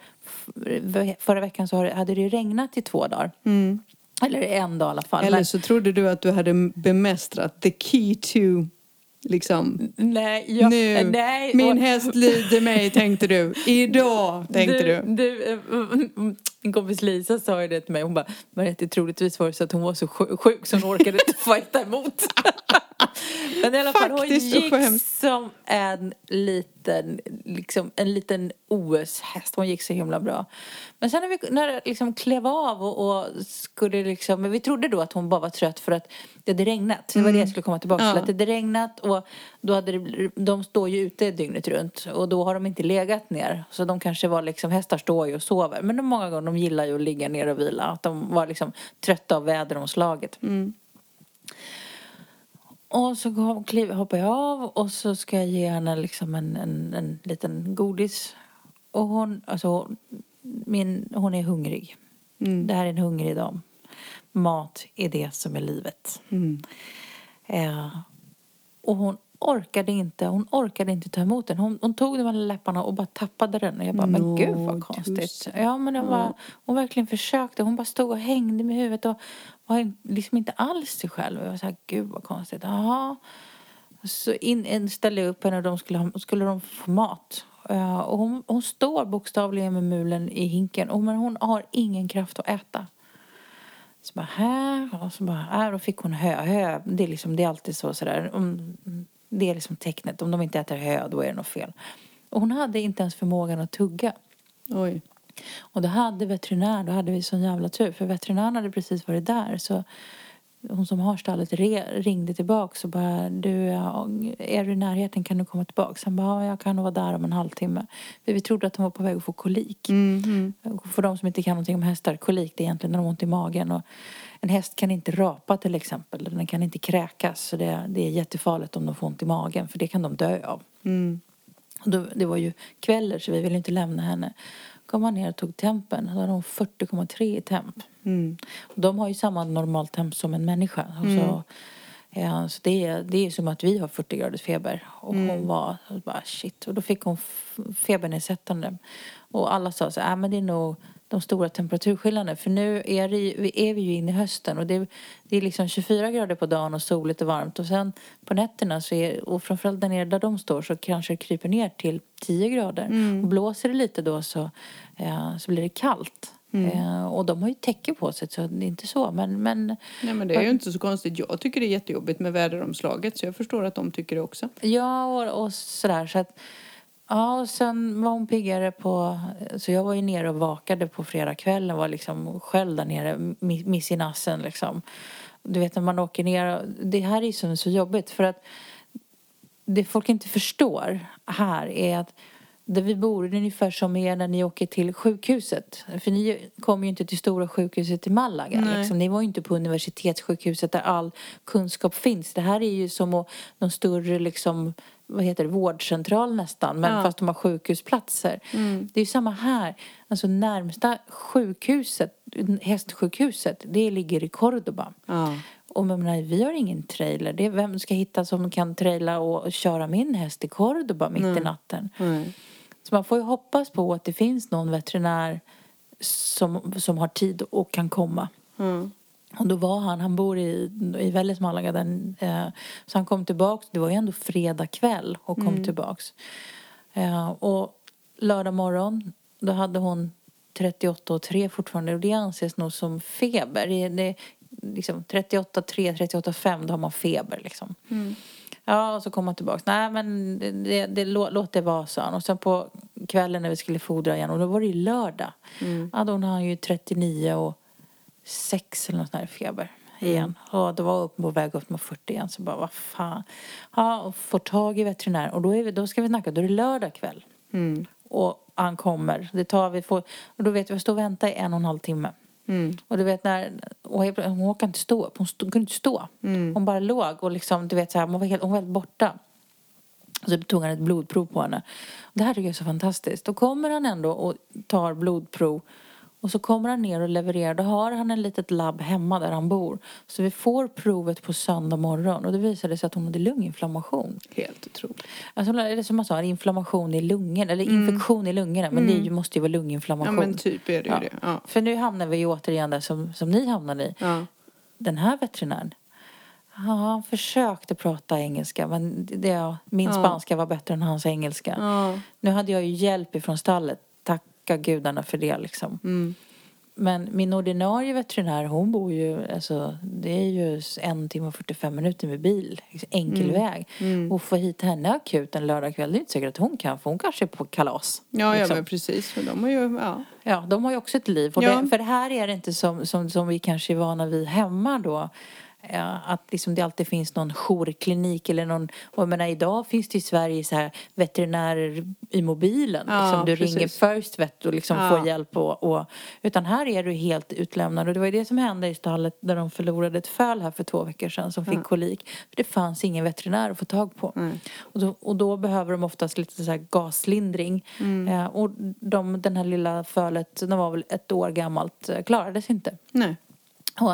förra veckan så hade det regnat i två dagar. Mm. Eller en dag i alla fall. Eller men, så trodde du att du hade bemästrat the key to... Liksom, nej, jag, nu, nej, min och, häst lyder mig, tänkte du. Idag, tänkte du. du. du min kompis Lisa sa ju det till mig. Hon bara, Mariette, troligtvis var det så att hon var så sjuk så hon orkade inte fighta emot. Men i alla fall, hon gick som en liten, liksom en liten O S-häst. Hon gick så himla bra. Men sen när vi när det liksom klev av och, och skulle liksom... Men vi trodde då att hon bara var trött för att det hade regnat. Det var mm. det jag skulle komma tillbaka till. Ja. Att det hade regnat och då hade det, de står ju ute dygnet runt. Och då har de inte legat ner. Så de kanske var liksom... Hästar står ju och sover. Men de många gånger de gillar ju att ligga ner och vila. Att de var liksom trötta av väderomslaget. Mm. Och så hoppar jag av och så ska jag ge henne liksom en, en, en liten godis. Och hon, alltså, min, hon är hungrig. Mm. Det här är en hungrig dag. Mat är det som är livet. Mm. Eh, och hon orkade inte, hon orkade inte ta emot den. Hon, hon tog den med läpparna och bara tappade den. Och jag bara, no, men gud vad konstigt. Just. Ja, men det var, hon verkligen försökte. Hon bara stod och hängde med huvudet och var liksom inte alls sig själv. Jag var så här, gud vad konstigt. Jaha. Så in, in ställde jag upp henne och de skulle, ha, skulle de få mat. Uh, och hon, hon står bokstavligen med mulen i hinken. Och, men hon har ingen kraft att äta. Så bara, här. Och så bara, äh, då fick hon hö. hö. Det är liksom, det är alltid så sådär. Om, det är liksom tecknet. Om de inte äter hö, då är det något fel. Och hon hade inte ens förmågan att tugga. Oj. Och då hade veterinär, då hade vi sån jävla tur. För veterinären hade precis varit där. Så hon som har stallet ringde tillbaka och bara, du, är du i närheten, kan du komma tillbaka? Han bara, ja, jag kan nog vara där om en halvtimme. För vi trodde att de var på väg att få kolik. Mm, mm. För de som inte kan någonting om hästar, kolik det är egentligen när de har ont i magen. Och en häst kan inte rapa till exempel. Den kan inte kräkas. Så det, det är jättefarligt om de får ont i magen. För det kan de dö av. Mm. Och då, det var ju kvällar så vi ville inte lämna henne. Kom man ner och tog tempen. Då hade hon fyrtio komma tre i temp. Mm. Och de har ju samma normaltemp som en människa. Mm. Så, ja, så det, är, det är som att vi har fyrtio graders feber. Och mm. hon var bara shit. Och då fick hon febernedsättande. Och alla sa så här, äh, men det är nog de stora temperaturskillnaderna. För nu är, det, ju- är vi ju inne i hösten och det, det är liksom tjugofyra grader på dagen och soligt och varmt. Och sen på nätterna, så är, och framförallt där nere där de står, så kanske det kryper ner till tio grader. Mm. Och blåser det lite då så, eh, så blir det kallt. Mm. Eh, och de har ju täcke på sig, så det är inte så. Men, men, Nej, men det är ju inte så konstigt. Jag tycker det är jättejobbigt med väderomslaget, så jag förstår att de tycker det också. ja, och, och sådär. Så att, ja, och sen var hon piggare på... Så jag var ju nere och vakade på fredag kvällen. Var liksom själv där nere, miss i nassen liksom. Du vet när man åker ner. Det här är ju så, så jobbigt. För att det folk inte förstår här är att där vi bor, det är ungefär som är när ni åker till sjukhuset. För ni kommer ju inte till stora sjukhuset i Malaga. Liksom. Ni var ju inte på universitetssjukhuset där all kunskap finns. Det här är ju som att, någon större liksom, vad heter det, vårdcentral nästan. Men Ja. fast de har sjukhusplatser. Mm. Det är ju samma här. Alltså närmsta sjukhuset, hästsjukhuset, det ligger i Cordoba. Ja. Och men, nej, vi har ingen trailer. Det är vem ska hitta som kan traila och köra min häst i Cordoba mitt Nej. i natten. Nej. Så man får ju hoppas på att det finns någon veterinär som, som har tid och kan komma. Mm. Och då var han, han bor i, i Vélez Malaga. Den, eh, så han kom tillbaks, det var ju ändå fredag kväll och kom Mm. tillbaks. Eh, och lördag morgon, då hade hon trettioåtta och tre fortfarande. Och det anses nog som feber. Det, det, liksom trettioåtta tre, trettioåtta fem, då har man feber liksom. Mm. Ja, och så kom han tillbaka. Nej, men det, det, det lå, låt det vara, sa han. Och sen på kvällen när vi skulle fodra igen, och då var det ju lördag. Mm. Ja, då har han ju trettionio och sex eller något sånt här feber igen. Mm. Och då var upp på väg upp med fyrtio igen. Så bara, vad fan. Ja, och får tag i veterinär. Och då, är vi, då ska vi snacka, då är det lördag kväll. Mm. Och han kommer. Det tar vi, får, och då vet vi, vi står och väntar i en och en halv timme. Mm. Och du vet när, och hon orkade inte stå upp, hon stod, kunde inte stå. Mm. Hon bara låg och liksom, du vet så här, hon var helt, hon var helt borta. Och så tog han ett blodprov på henne. Och det här tycker jag är så fantastiskt. Då kommer han ändå och tar blodprov. Och så kommer han ner och levererar. Då har han en litet labb hemma där han bor. Så vi får provet på söndag morgon. Och det visade sig att hon hade lunginflammation. Helt otroligt. Alltså, det är som man sa, en inflammation i lungen. Eller infektion i lungorna. Men Mm. det måste ju vara lunginflammation. Ja, men typ är det ju Ja. det. Ja. För nu hamnar vi ju återigen där som, som ni hamnar i. Ja. Den här veterinären. Ja, han försökte prata engelska. Men det, ja, min Ja. spanska var bättre än hans engelska. Ja. Nu hade jag ju hjälp ifrån stallet. Tacka gudarna för det liksom. Mm. Men min ordinarie veterinär, hon bor ju, alltså, det är ju en timme och fyrtiofem minuter med bil. Enkel Mm. väg. Mm. Och få hit henne akut en lördag kväll, det är inte säkert att hon kan. För hon kanske är på kalas. Ja, ja, liksom. men precis. För de har ju, ja. Ja, de har ju också ett liv. Och Ja. det, för det här är det inte som, som, som vi kanske är vana vid hemma då. Ja, att liksom det alltid finns någon jourklinik eller någon... Och jag menar, idag finns det i Sverige så här veterinärer i mobilen. Ja, liksom, du precis. ringer First Vet och liksom Ja. får hjälp. Och, och, utan här är du helt utlämnad. Och det var ju det som hände i stallet där de förlorade ett föl här för två veckor sedan som fick Ja. kolik. För det fanns ingen veterinär att få tag på. Mm. Och, då, och då behöver de oftast lite så här gaslindring. Mm. Eh, och de, den här lilla fölet, den var väl ett år gammalt, eh, klarades inte. Nej. Och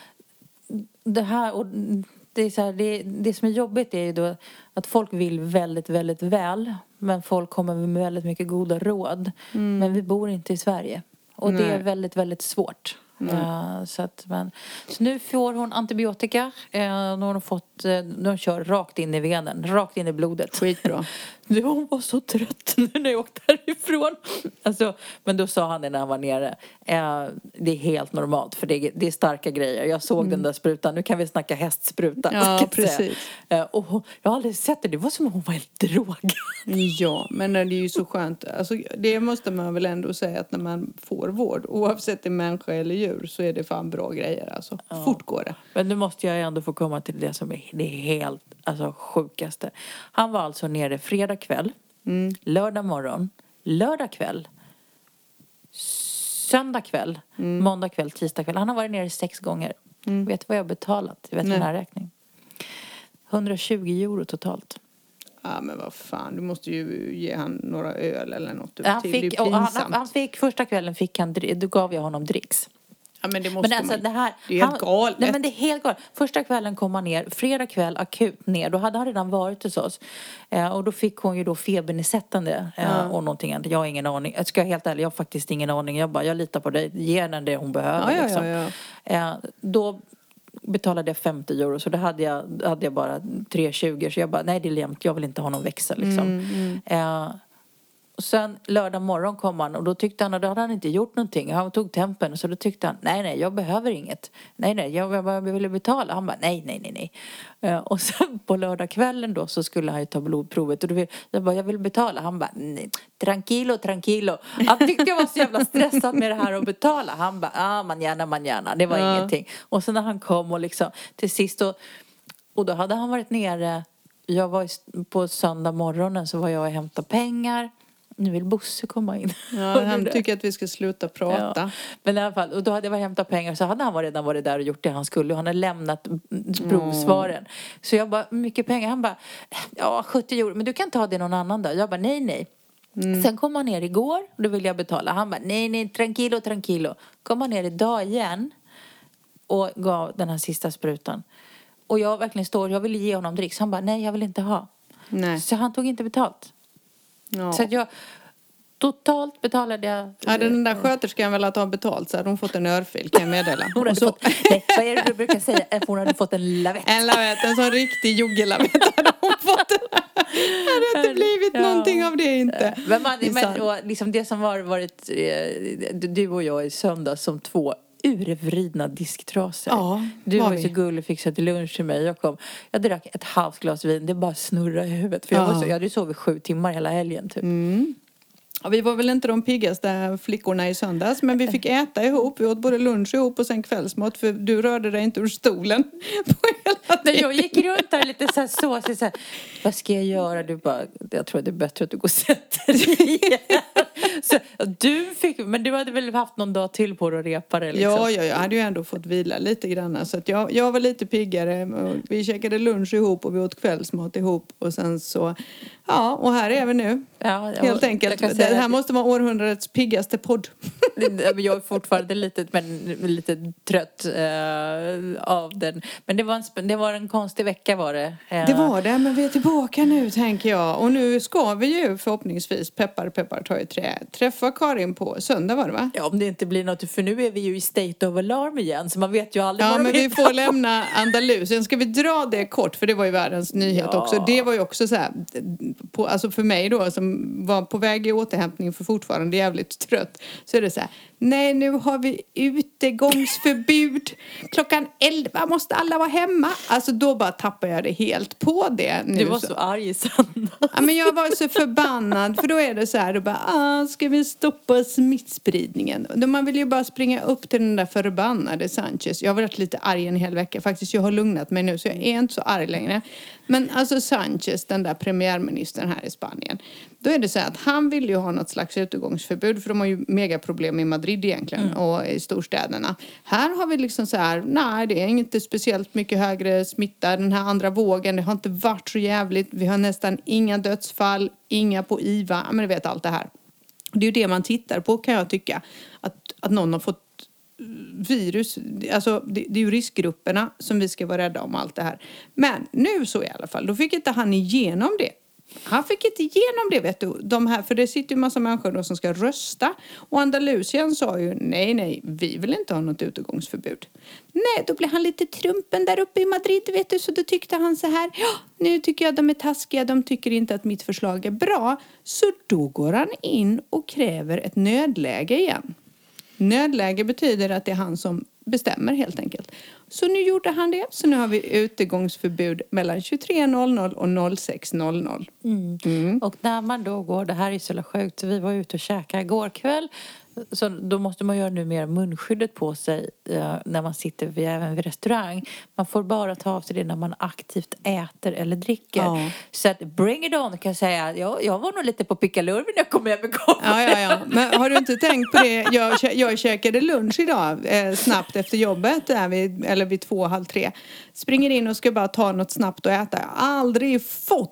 det här, och det är så här, det, det som är jobbigt är ju då att folk vill väldigt, väldigt väl. Men folk kommer med väldigt mycket goda råd. Mm. Men vi bor inte i Sverige. Och det är Nej. väldigt, väldigt svårt. Mm. Uh, så, att, men, så nu får hon antibiotika. Uh, nu har hon fått, uh, de kör rakt in i venen, rakt in i blodet. Skitbra. Du, hon var så trött nu när jag åkte härifrån. Alltså, men då sa han det när han var nere. Eh, det är helt normalt för det är, det är starka grejer. Jag såg mm. den där sprutan. Nu kan vi snacka hästspruta. Ja, precis. Eh, och jag har aldrig sett det. Det var som om hon var helt drogad. Ja, men det är ju så skönt. Alltså, det måste man väl ändå säga att när man får vård, oavsett det är människa eller djur, så är det fan bra grejer. Alltså, Ja. fort går det. Men nu måste jag ändå få komma till det som är det helt alltså, sjukaste. Han var alltså nere fredag kväll, Mm. lördag morgon, lördag kväll, söndag kväll, Mm. måndag kväll, tisdag kväll. Han har varit nere sex gånger. Mm. Vet du vad jag har betalat i veterinärräkning? hundratjugo euro totalt. Ja, men vad fan. Du måste ju ge han några öl eller något upp Han till. Det är fick, och han, pinsamt. han fick, första kvällen fick han, då gav jag honom dricks. Ja, men det måste Men alltså, man. det, här, Det är helt galet. Nej, men det är helt galet. Första kvällen kom han ner, fredag kväll akut ner. Då hade han redan varit hos oss. Eh, och då fick hon ju då febernedsättande eh, Ja. och någonting annat. Jag har ingen aning. Jag ska vara helt ärlig, jag har faktiskt ingen aning. Jag bara, jag litar på dig. Ge henne det hon behöver. Ja, ja, liksom. ja, Eh, då betalade jag femtio euro. Så då hade jag, hade jag bara tre tjugo. Så jag bara, nej det är jämnt. Jag vill inte ha någon växel liksom. Mm, mm. Eh, Och sen lördag morgon kom han och då tyckte han, och då hade han inte gjort någonting. Han tog tempen, så då tyckte han, nej nej jag behöver inget. Nej nej jag, jag, jag ville betala. Han bara, nej nej nej nej. Uh, och sen på lördagskvällen då så skulle han ju ta blodprovet. Och då vill, jag bara, jag vill betala. Han bara, nej, tranquilo tranquilo. Han tyckte jag var så jävla stressad med det här att betala. Han bara, ah man gärna man gärna. Det var ja. ingenting. Och sen när han kom och liksom till sist då, och då hade han varit nere. Jag var i, på söndag morgonen så var jag och hämtade pengar. Nu vill Bosse komma in. Ja, han tycker att vi ska sluta prata. Ja. Men i alla fall, och då hade jag varit hämtat pengar så hade han redan varit där och gjort det han skulle. Och han hade lämnat provsvaren. Mm. Så jag bara, mycket pengar. Han bara, ja sjuttio euro, men du kan ta det någon annan dag. Jag bara, nej nej. Mm. Sen kom han ner igår och då ville jag betala. Han bara, nej nej, tranquilo, tranquilo. Kom han ner idag igen och gav den här sista sprutan. Och jag verkligen står, jag ville ge honom dricks. Han bara, nej jag vill inte ha. Nej. Så han tog inte betalt. Ja. Så att jag totalt betalade jag. Hade den där sköterskan velat ha betalt så hade hon fått en örfil, kan jag meddela. Hon hade så... fått, nej, vad är det du brukar säga? Hon hade fått en lavett. En lavett, en sån riktig joggelavett hade hon fått. Det hade inte blivit ja. någonting av det inte. Men, man, men och liksom det som har varit du och jag i söndag som två urvridna disktrasor. Ja, du var ju så gullig, fixade till lunch till mig. Jag kom, jag drack ett halvt glas vin. Det bara snurrade i huvudet. För jag, ja. var så, jag hade sovit sju timmar hela helgen typ. Mm. Ja, vi var väl inte de piggaste flickorna i söndags. Men vi fick äta ihop. Vi åt både lunch ihop och sen kvällsmat. För du rörde dig inte ur stolen på hela tiden. Jag gick runt där lite så här såsig. Så här, vad ska jag göra? Du bara, jag tror det är bättre att du går och sätter dig. Så du fick, men du hade väl haft någon dag till på att repa det liksom? Ja, ja, jag hade ju ändå fått vila lite grann. Så att jag, jag var lite piggare. Vi käkade lunch ihop och vi åt kvällsmat ihop. Och sen så, ja, och här är vi nu. Ja, jag, Helt enkelt. Det här att... måste vara århundradets piggaste podd. Jag är fortfarande lite, men, lite trött uh, av den. Men det var, en, det var en konstig vecka var det. Uh. Det var det, men vi är tillbaka nu tänker jag. Och nu ska vi ju förhoppningsvis, peppar peppar ta i trä, träffa Karin på söndag var det va? Ja, om det inte blir något, för nu är vi ju i state of alarm igen. Så man vet ju aldrig. Ja, men vi får på. lämna Andalusien. Ska vi dra det kort? För det var ju världens nyhet ja. också. Det var ju också så här, på, alltså för mig då som var på väg i återhämtning för fortfarande jävligt trött. Så är det så här, nej nu har vi utegångsförbud. Klockan elva måste alla vara hemma. Alltså då bara tappar jag det helt på det. Nu. Du var så, så arg i söndags. Ja, men jag var så förbannad. För då är det så här, då bara, ah, ska vi stoppa smittspridningen? Då man vill ju bara springa upp till den där förbannade Sanchez. Jag har varit lite arg en hel vecka. Faktiskt, jag har lugnat mig nu så jag är inte så arg längre. Men alltså Sanchez, den där premiärministern här i Spanien. Då är det så här att han vill ju ha något slags utegångsförbud. För de har ju megaproblem i Madrid egentligen. Mm. Och i storstäderna. Här har vi liksom så här, nej det är inte speciellt mycket högre smitta. Den här andra vågen, det har inte varit så jävligt. Vi har nästan inga dödsfall. Inga på I V A. Men du vet allt det här. Det är ju det man tittar på kan jag tycka. Att, att någon har fått virus. Alltså det, det är ju riskgrupperna som vi ska vara rädda om allt det här. Men nu så i alla fall. Då fick inte han igenom det. Han fick inte igenom det vet du. De här, för det sitter ju en massa människor då som ska rösta. Och Andalusien sa ju nej nej. Vi vill inte ha något utegångsförbud. Nej då blev han lite trumpen där uppe i Madrid vet du. Så då tyckte han så här. Ja nu tycker jag de är taskiga. De tycker inte att mitt förslag är bra. Så då går han in och kräver ett nödläge igen. Nödläge betyder att det är han som bestämmer helt enkelt. Så nu gjorde han det. Så nu har vi utegångsförbud mellan tjugotre noll noll och noll sex noll noll. Mm. Mm. Och när man då går, det här är så sjukt. Vi var ute och käkade igår kväll. Så då måste man göra nu mer munskyddet på sig eh, när man sitter vid, även vid restaurang. Man får bara ta av sig det när man aktivt äter eller dricker. Ja. Så att bring it on kan jag säga. Jag, jag var nog lite på pickalurven när jag kom hem med kaffe. Ja, ja, ja. Men har du inte tänkt på det? Jag, jag käkade lunch idag eh, snabbt efter jobbet. Där vid, eller vid två, halv tre. Springer in och ska bara ta något snabbt och äta. Jag har aldrig fått mitt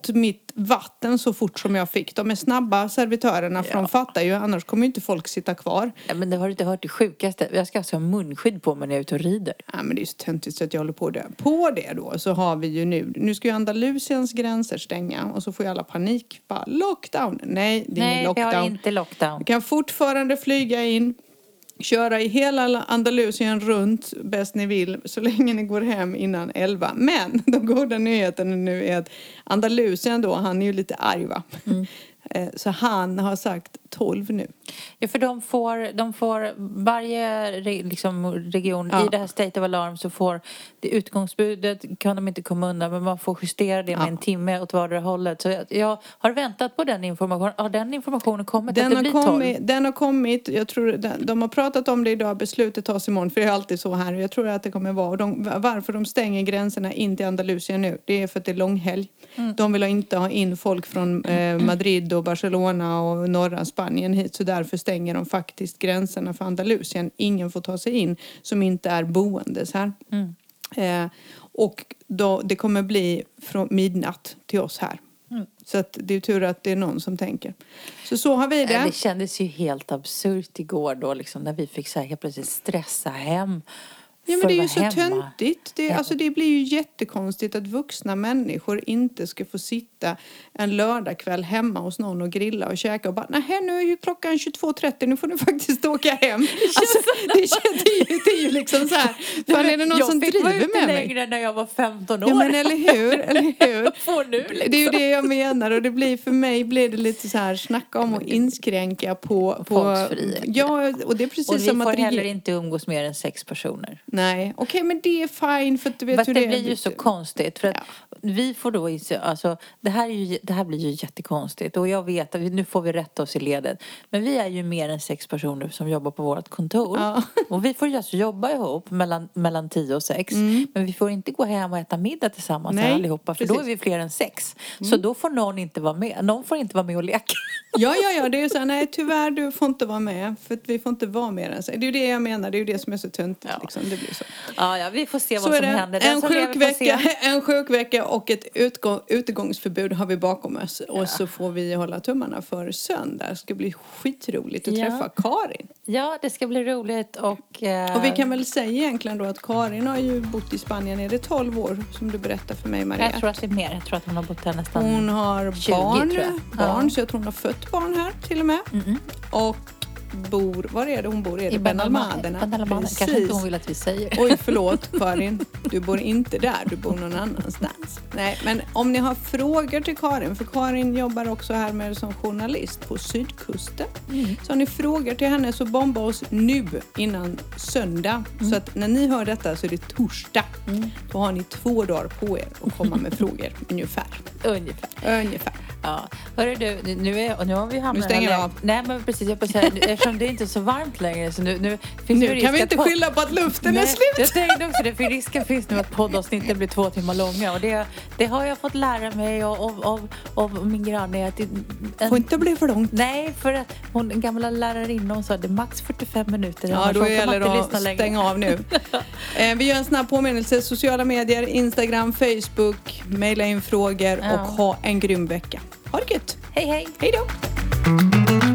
vatten så fort som jag fick. De är snabba servitörerna för Ja. de fattar ju, annars kommer ju inte folk sitta kvar. Ja, men det har du inte hört det sjukaste. Jag ska alltså ha munskydd på mig när jag är ute och rider. Ja, men det är så töntigt så att jag håller på det. På det då så har vi ju nu, nu ska ju Andalusiens gränser stänga och så får ju alla panik. Bara, lockdown. Nej, det är Nej, ingen vi lockdown. har inte lockdown. Vi kan fortfarande flyga in, köra i hela Andalusien runt bäst ni vill så länge ni går hem innan elva. Men de goda nyheterna nu är att Andalusien då, han är ju lite arg va? Mm. Så han har sagt tolv nu. Ja, för de får, de får varje liksom, region ja. i det här state of alarm så får det utgångsbudet kan de inte komma undan men man får justera det med ja. en timme åt vardera hållet. Så jag, jag har väntat på den informationen. Har den informationen kommit? Den, att det har, blir kommit den har kommit. Jag tror den, de har pratat om det idag. Beslutet tas imorgon för det är alltid så här. Jag tror att det kommer vara. Och de, varför de stänger gränserna in till Andalusien nu det är för att det är långhelg. Mm. De vill inte ha in folk från eh, Madrid och Barcelona och norra Spanien hit så därför stänger de faktiskt gränserna för Andalusien. Ingen får ta sig in som inte är boendes här. Mm. Eh, och då, det kommer bli från midnatt till oss här. Mm. Så att det är tur att det är någon som tänker. Så så har vi det. Det kändes ju helt absurt igår då liksom när vi fick så här helt plötsligt stressa hem. Ja men det är ju så hemma. töntigt. Det, alltså, det blir ju jättekonstigt att vuxna människor inte ska få sitta en lördagkväll hemma hos någon och grilla och käka och bara nej nu är ju klockan tjugotvå trettio nu får du faktiskt åka hem. Alltså, det, det, är ju, det är ju liksom så här. Fan, är det någon som driver med mig? Jag fick vara ute längre när jag var femton år. Ja men eller hur, eller hur? Får nu, liksom. Det är ju det jag menar och det blir för mig blir det lite så här snacka om och inskränka på, på folks frihet. Ja och det är precis och som att vi får heller inte umgås mer än sex personer. Nej, okej okay, men det är fine för att du vet Fast hur det det blir ju så konstigt för att ja. vi får då alltså det här är ju det här blir ju jättekonstigt och jag vet att vi, nu får vi rätta oss i ledet men vi är ju mer än sex personer som jobbar på vårt kontor ja. och vi får ju alltså jobba ihop mellan mellan tio och sex mm. men vi får inte gå hem och äta middag tillsammans Nej, allihopa för precis. Då är vi fler än sex mm. så då får någon inte vara med någon får inte vara med och leka. Ja ja ja det är ju så här, nej tyvärr du får inte vara med för att vi får inte vara mer än sex. Det är ju det jag menar det är ju det som är så töntigt ja. liksom det blir så. Ja ja vi får se så vad som händer. Den en sjukvecka en sjukvecka och ett utgång, utegångsförbud har vi bakom oss och ja. så får vi hålla tummarna för söndag. Det ska bli skitroligt att ja. träffa Karin. Ja, det ska bli roligt och... Eh... Och vi kan väl säga egentligen då att Karin har ju bott i Spanien. Är det tolv år som du berättar för mig, Maria? Jag tror att det är mer. Jag tror att hon har bott här nästan Hon har tjugo, barn, tror jag. barn Ja. så jag tror hon har fött barn här till och med. Mm-mm. Och bor, var är det hon bor? Är det Benalmaderna? Benalmaderna, kanske inte hon vill att vi säger. Oj, förlåt Karin. Du bor inte där, du bor någon annanstans. Nej, men om ni har frågor till Karin, för Karin jobbar också här med som journalist på Sydkusten. Mm. Så har ni frågor till henne så bomba oss nu innan söndag. Mm. Så att när ni hör detta så är det torsdag. Mm. Då har ni två dagar på er att komma med frågor, ungefär. Ungefär. Ungefär. Ja, hörru du, nu, är, nu har vi hamnat... Nu stänger vi av. Nej, men precis, jag på säga, eftersom det är inte så varmt längre så nu, nu finns nu det risk kan vi inte att skylla på att luften Nej, är slut. Jag tänkte också det, för risken finns nu att poddavsnittet blir två timmar långa och det, det har jag fått lära mig av, av, av, av min granne att det, en, får inte bli för långt. Nej, för att hon, den gamla lärarinnan sa att det är max fyrtiofem minuter. Ja, då gäller det att stänga av nu. eh, vi gör en snabb påminnelse. Sociala medier, Instagram, Facebook, mejla in frågor ja. och ha en grym vecka. Ha det gött! Hej hej! Hej då!